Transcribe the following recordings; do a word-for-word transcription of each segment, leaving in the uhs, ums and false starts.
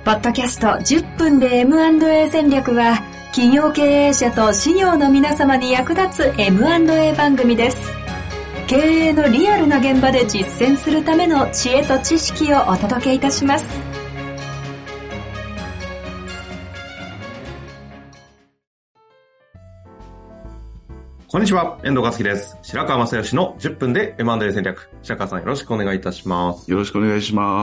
ポッドキャストじゅっぷんで エムアンドエー 戦略は、企業経営者と事業の皆様に役立つ エムアンドエー 番組です。経営のリアルな現場で実践するための知恵と知識をお届けいたします。 こんにちは、遠藤和樹です。白川正義のじゅっぷんで エムアンドエー 戦略。白川さんよろしくお願いいたします。 よろしくお願いします。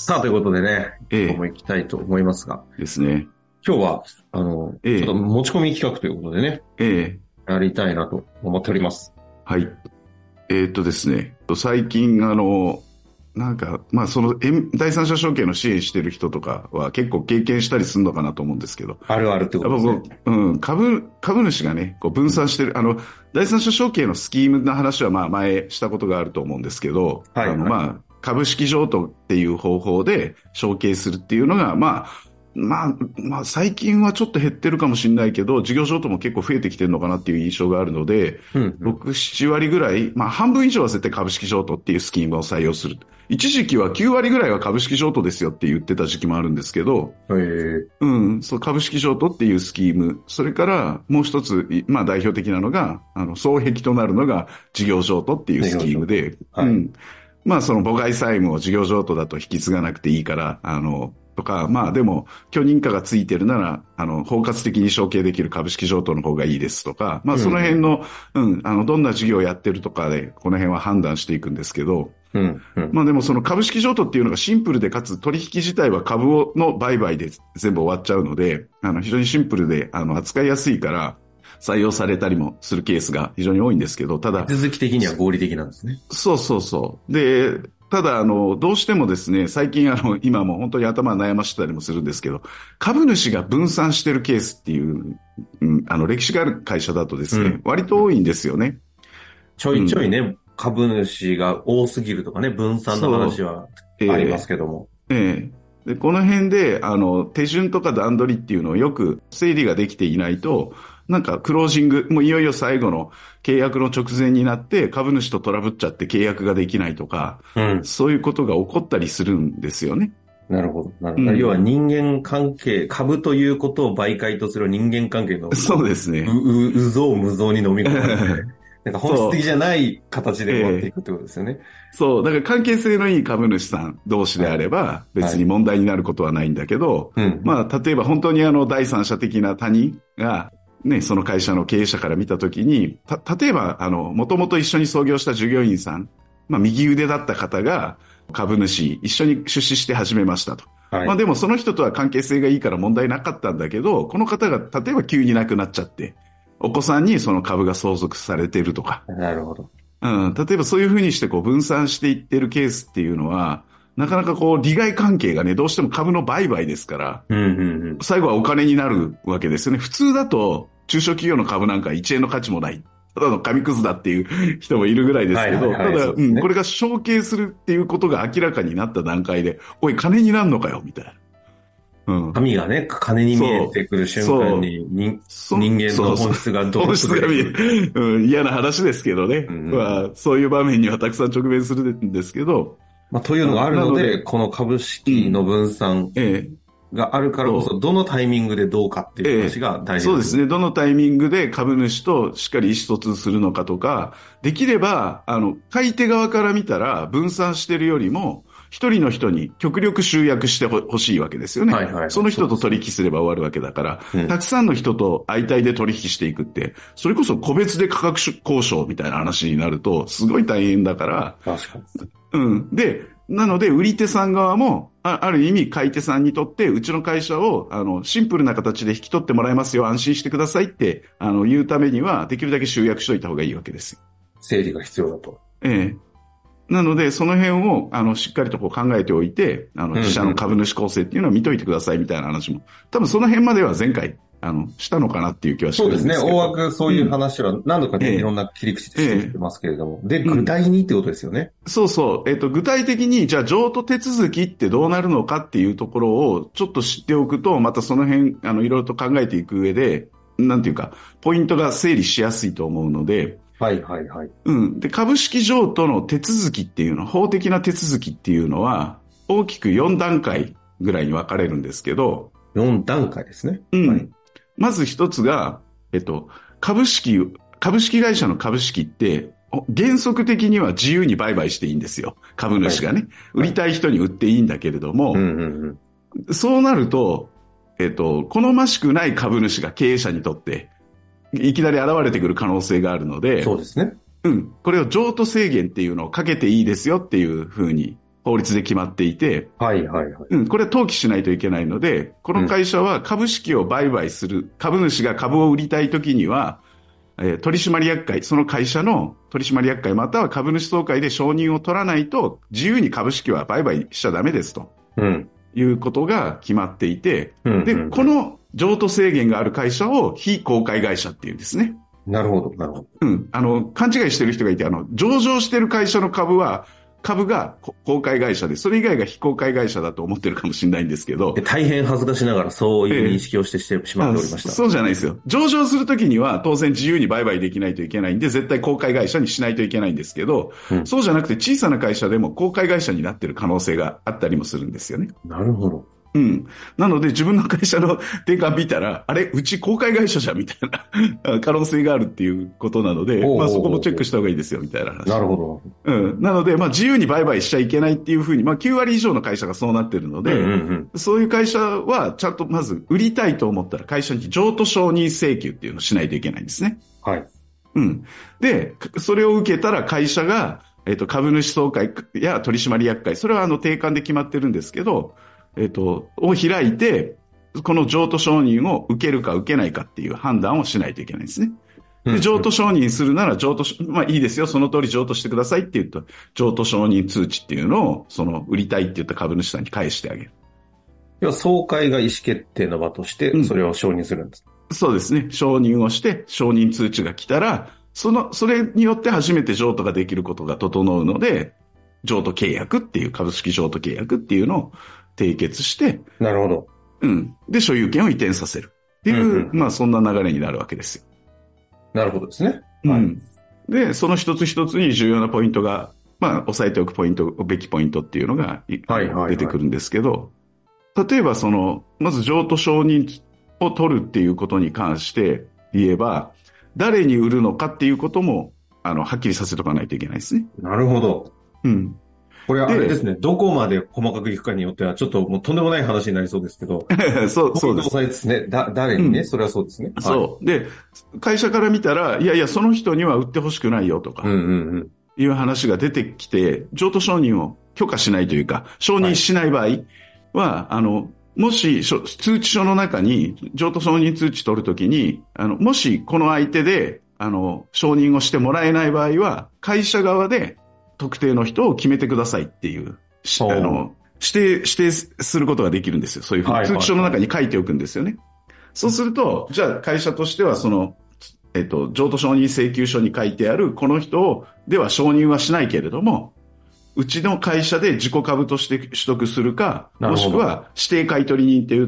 さあ、ということでね、 ええ、 今日も行きたいと思いますが。 ですね。 今日は、あの、ええ、ちょっと持ち込み企画ということでね、ええ、やりたいなと思っております。 はい。えー、っとですね、最近、あの、なんか、まあ、その、第三者承継の支援してる人とかは結構経験したりするのかなと思うんですけど。 あるあるってことですね。 うん、株、株主がね、こう分散してる、あの、第三者承継のスキームの話はまあ前したことがあると思うんですけど、はいはい、あの、まあ、株式譲渡っていう方法で承継するっていうのが、まあ、まあ、まあ、最近はちょっと減ってるかもしれないけど、事業譲渡も結構増えてきてるのかなっていう印象があるので、うんうん、ろく、なな割ぐらい、まあ、半分以上は絶対株式譲渡っていうスキームを採用する。一時期はきゅう割ぐらいは株式譲渡ですよって言ってた時期もあるんですけど、へー、うん、そう、株式譲渡っていうスキーム、それからもう一つ、まあ、代表的なのが、あの、双璧となるのが事業譲渡っていうスキームで、はい、うん。まあ、その母外債務を事業譲渡だと引き継がなくていいから、あの、とか、まあでも、許認可がついてるなら、あの、包括的に承継できる株式譲渡の方がいいですとか、まあその辺の、うん、うん、あの、どんな事業をやってるとかで、この辺は判断していくんですけど、うんうん、まあでもその株式譲渡っていうのがシンプルでかつ取引自体は株をの売買で全部終わっちゃうので、あの、非常にシンプルで、あの、扱いやすいから、採用されたりもするケースが非常に多いんですけど、ただ。 手続き的には合理的なんですね。 そうそうそう。で、ただ、あの、どうしてもですね、最近あの、今も本当に頭悩ましてたりもするんですけど、株主が分散してるケースっていう、うん、あの、歴史がある会社だとですね、うん、割と多いんですよね。 ちょいちょいね、うん、株主が多すぎるとかね、分散の話はありますけども。 えー、えー、で、この辺で、あの、手順とか段取りっていうのをよく整理ができていないと、なんかクロージング、もういよいよ最後の契約の直前になって株主とトラブっちゃって契約ができないとか、うん、そういうことが起こったりするんですよね。 なるほど。なるほど。うん、要は人間関係、株ということを媒介とする人間関係の。 そうですね。 う、う、うぞう無ぞうに飲み込まれて、なんか本質的じゃない形で終わっていくってことですよね。 そう。だから関係性のいい株主さん同士であれば別に問題になることはないんだけど、はいはい、まあ例えば本当にあの第三者的な他人がね、その会社の経営者から見たときに、た、例えば、あの、もともと一緒に創業した従業員さん、まあ、右腕だった方が、株主、一緒に出資して始めましたと。はい、まあ、でもその人とは関係性がいいから問題なかったんだけど、この方が、例えば急に亡くなっちゃって、お子さんにその株が相続されているとか。 なるほど。 うん、例えばそういうふうにしてこう分散していってるケースっていうのは、なかなかこう利害関係がね、どうしても株の売買ですから、うんうんうん、最後はお金になるわけですよね。普通だと、中小企業の株なんかいちえんの価値もない。ただの紙くずだっていう人もいるぐらいですけど、ただ、うん、これが承継するっていうことが明らかになった段階で、おい、金になるのかよ、みたいな。 うん。紙がね、金に見えてくる瞬間に、人人間の本質がどうするか。本質が見える、うん。嫌な話ですけどね、うん、まあ。そういう場面にはたくさん直面するんですけど、 まあ、というのがあるので、この株式の分散があるからこそ、どのタイミングでどうかっていう話が大事です、 ええ、そうですね。どのタイミングで株主としっかり意思疎通するのかとか、できれば、あの、買い手側から見たら分散してるよりも、一人の人に極力集約してほしいわけですよね。はいはい、その人と取引すれば終わるわけだから、うん、たくさんの人と相対で取引していくって、それこそ個別で価格交渉みたいな話になると、すごい大変だから。 確かに。 うん。で、なので、売り手さん側も、あ, ある意味、買い手さんにとって、うちの会社を、あの、シンプルな形で引き取ってもらえますよ、安心してくださいって、あの、言うためには、できるだけ集約しといた方がいいわけですよ。 整理が必要だと。 ええ。なので、その辺を、あの、しっかりとこう考えておいて、あの、自社の株主構成っていうのを見といてくださいみたいな話も、多分その辺までは前回、あの、したのかなっていう気はしてるんですけど。 そうですね。大枠そういう話は何度かね、うん、いろんな切り口でしてきてますけれども。ええ、で、具体にってことですよね。 うん、そうそう。えっと、具体的に、じゃあ、譲渡手続きってどうなるのかっていうところをちょっと知っておくと、またその辺、あの、いろいろと考えていく上で、なんていうか、ポイントが整理しやすいと思うので、 はいはいはい。 うん。で、株式譲渡の手続きっていうの、法的な手続きっていうのは、大きくよん段階ぐらいに分かれるんですけど。 よん段階ですね。 うん。 はい、 まず一つが、えっと、株式、株式会社の株式って、原則的には自由に売買していいんですよ。株主がね。はい、売りたい人に売っていいんだけれども、 うんうんうん、 そうなると、えっと、好ましくない株主が経営者にとって、いきなり現れてくる可能性があるので、 そうですね。 うん。これを譲渡制限っていうのをかけていいですよっていうふうに法律で決まっていて、 はいはいはい。 うん。これは登記しないといけないので、この会社は株式を売買する、うん、株主が株を売りたいときには、えー、取締役会、その会社の取締役会または株主総会で承認を取らないと自由に株式は売買しちゃダメですと。うん。いうことが決まっていて、うんうんうん、で、この譲渡制限がある会社を非公開会社っていうんですね。 なるほど、なるほど。 うん。あの、勘違いしてる人がいて、あの、上場してる会社の株は、株が公開会社で、それ以外が非公開会社だと思ってるかもしれないんですけど。 大変恥ずかしながらそういう認識をしてしてしまっておりました。 そうじゃないですよ。上場するときには当然自由に売買できないといけないんで、絶対公開会社にしないといけないんですけど、うん、そうじゃなくて小さな会社でも公開会社になってる可能性があったりもするんですよね。 なるほど。 うん。なので自分の会社の定款見たら、あれ、うち公開会社じゃんみたいな可能性があるっていうことなので、まあそこもチェックした方がいいですよみたいな話。 なるほど。うん。なので、まあ自由に売買しちゃいけないっていうふうに、まあきゅう割以上の会社がそうなってるので、うんうんうん、そういう会社はちゃんとまず売りたいと思ったら会社に譲渡承認請求っていうのをしないといけないんですね。 はい。 うん。で、それを受けたら会社が、えっと、株主総会や取締役会、それはあの定款で決まってるんですけど、えっと、を開いて、この譲渡承認を受けるか受けないかっていう判断をしないといけないんですね。で、譲渡承認するなら譲渡、まあいいですよ、その通り譲渡してくださいって言うと、譲渡承認通知っていうのを、その売りたいって言った株主さんに返してあげる。 要は総会が意思決定の場として、それを承認するんです、 うん、そうですね。承認をして、承認通知が来たら、その、それによって初めて譲渡ができることが整うので、譲渡契約っていう株式譲渡契約っていうのを締結して、 なるほど。 うん。で、所有権を移転させるっていう、うんうん、まあそんな流れになるわけですよ。 なるほどですね。 はい。うん。で、その一つ一つに重要なポイントが、まあ押さえておくポイント、べきポイントっていうのが、はいはいはい、出てくるんですけど、例えばその、まず譲渡承認を取るっていうことに関して言えば、誰に売るのかっていうことも、あの、はっきりさせとかないといけないですね。 なるほど。 うん。 これはあれですね、どこまで細かくいくかによっては、ちょっともうとんでもない話になりそうですけど。 そう、そうです。 そうですね。だ、誰にね、うん、それはそうですね。 そう。で、会社から見たら、いやいや、その人には売ってほしくないよとか、 うんうんうん、 いう話が出てきて、譲渡承認を許可しないというか、承認しない場合は、はい、あの、もし、通知書の中に、譲渡承認通知取るときに、あの、もしこの相手で、あの、承認をしてもらえない場合は、会社側で特定の人を決めてくださいっていう、あの、指定、指定することができるんですよ。そういうふうに、はいはいはい、通知書の中に書いておくんですよね。そうすると、じゃあ会社としては、その、えっと、譲渡承認請求書に書いてある、この人を、では承認はしないけれども、うちの会社で自己株として取得するか、もしくは指定買取人って言って、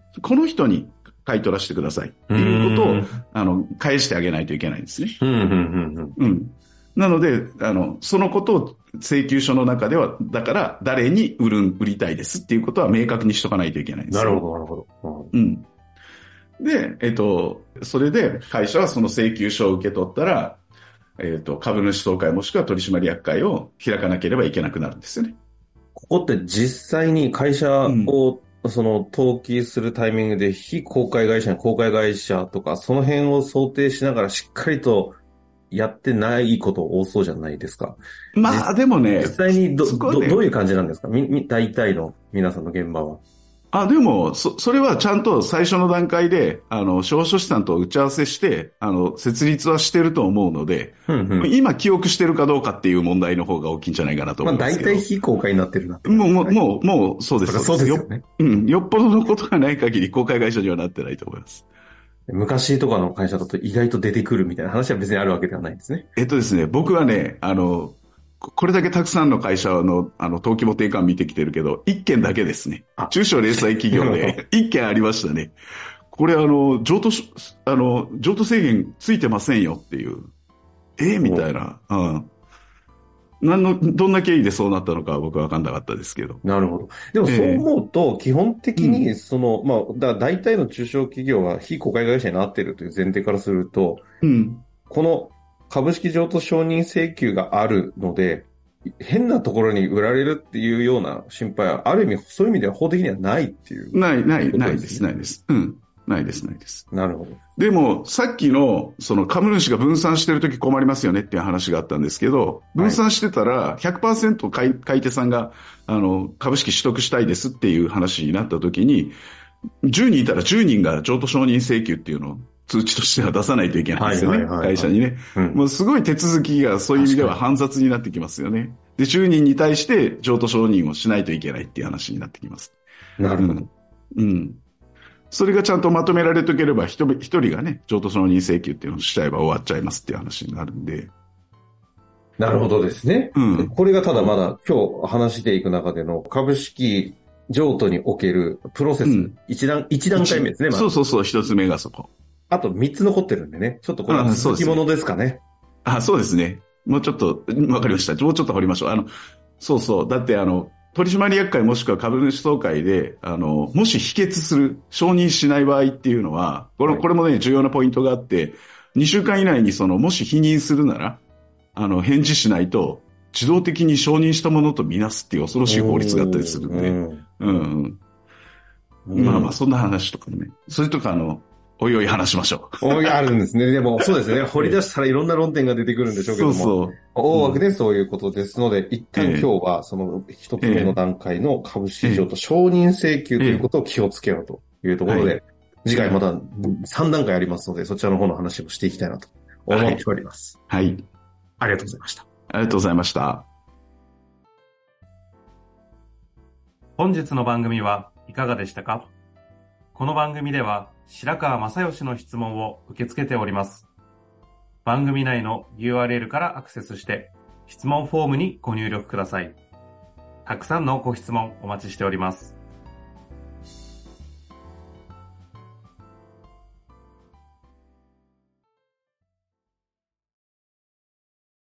この人に買い取らせてくださいっていうことを、あの、返してあげないといけないんですね。 うんうんうんうん、 なので、あの、そのことを請求書の中では、だから誰に売る、売りたいですっていうことは明確にしとかないといけないんですよ。 なるほど、なるほど。 うん。で、えっと、それで会社はその請求書を受け取ったら、えっと、株主総会もしくは取締役会を開かなければいけなくなるんですよね。 ここって実際に会社を、うん、その登記するタイミングで非公開会社に公開会社とか、その辺を想定しながらしっかりとやってないこと多そうじゃないですか。 まあでもね。 実際に ど, ねど, どういう感じなんですかみみ大体の皆さんの現場は。 あ、でも、そ、それはちゃんと最初の段階で、あの、司法書士さんと打ち合わせして、あの、設立はしてると思うので、うんうん、今記憶してるかどうかっていう問題の方が大きいんじゃないかなと思いますけど。 まあ大体非公開になってるなって。 もう、もう、もう、もう、そうです。 そうですよね。 うん、よっぽどのことがない限り公開会社にはなってないと思います。 昔とかの会社だと意外と出てくるみたいな話は別にあるわけではないんですね。 えっとですね、僕はね、あの、これだけたくさんの会社の、あの、登記簿定款見てきてるけど、一件だけですね。中小零細企業で、一件ありましたね。これあの、譲渡、あの、譲渡制限ついてませんよっていう。えー、みたいな。うん。 何の、どんな経緯でそうなったのかは僕は分かんなかったですけど。 なるほど。でもそう思うと、基本的に、その、えー、まあ、だ大体の中小企業は非公開会社になっているという前提からすると、うん、この株式譲渡承認請求があるので、変なところに売られるっていうような心配は、ある意味、そういう意味では法的にはないっていう、ね。 ない、ない、ないです、ないです。うん。ないです、ないです。 なるほど。 でも、さっきの、その株主が分散してるとき困りますよねっていう話があったんですけど、分散してたら ひゃくパーセント 買い、買い手さんが、あの、株式取得したいですっていう話になったときに、じゅうにんいたらじゅうにんが譲渡承認請求っていうのを通知としては出さないといけないんですよね。会社にね、うん。もうすごい手続きがそういう意味では煩雑になってきますよね。で、じゅうにんに対して譲渡承認をしないといけないっていう話になってきます。 なるほど。 うん。うんそれがちゃんとまとめられておければ、一人がね、譲渡承認請求っていうのをしちゃえば終わっちゃいますっていう話になるんで。 なるほどですね。うん。これがただまだ今日話していく中での株式譲渡におけるプロセス、うん、一段、一段階目ですね、まあ、そうそうそう、一つ目がそこ。 あと三つ残ってるんでね。ちょっとこれは続きものですかね。 あ、そうですね。もうちょっと、わかりました。もうちょっと掘りましょう。あの、そうそう。だってあの、取締役会もしくは株主総会で、あの、もし否決する、承認しない場合っていうのは、これ、これもね、重要なポイントがあって、にしゅうかん以内にその、もし否認するなら、あの、返事しないと、自動的に承認したものとみなすっていう恐ろしい法律があったりするんで、うん、うんうん。まあまあ、そんな話とかね。それとか、あの、おいおい話しましょう。おいあるんですね。でも、そうですね。掘り出したらいろんな論点が出てくるんでしょうけども。そうそう。大枠でそういうことですので、うん、一旦今日は、その一つ目の段階の株式譲渡承認請求ということを気をつけようというところで、ええ、次回またさん段階ありますので、そちらの方の話もしていきたいなと思っております。 はい。はい、 ありがとうございました。 ありがとうございました。 本日の番組はいかがでしたか？この番組では白川正義の質問を受け付けております。番組内の ユーアールエル からアクセスして質問フォームにご入力ください。たくさんのご質問お待ちしております。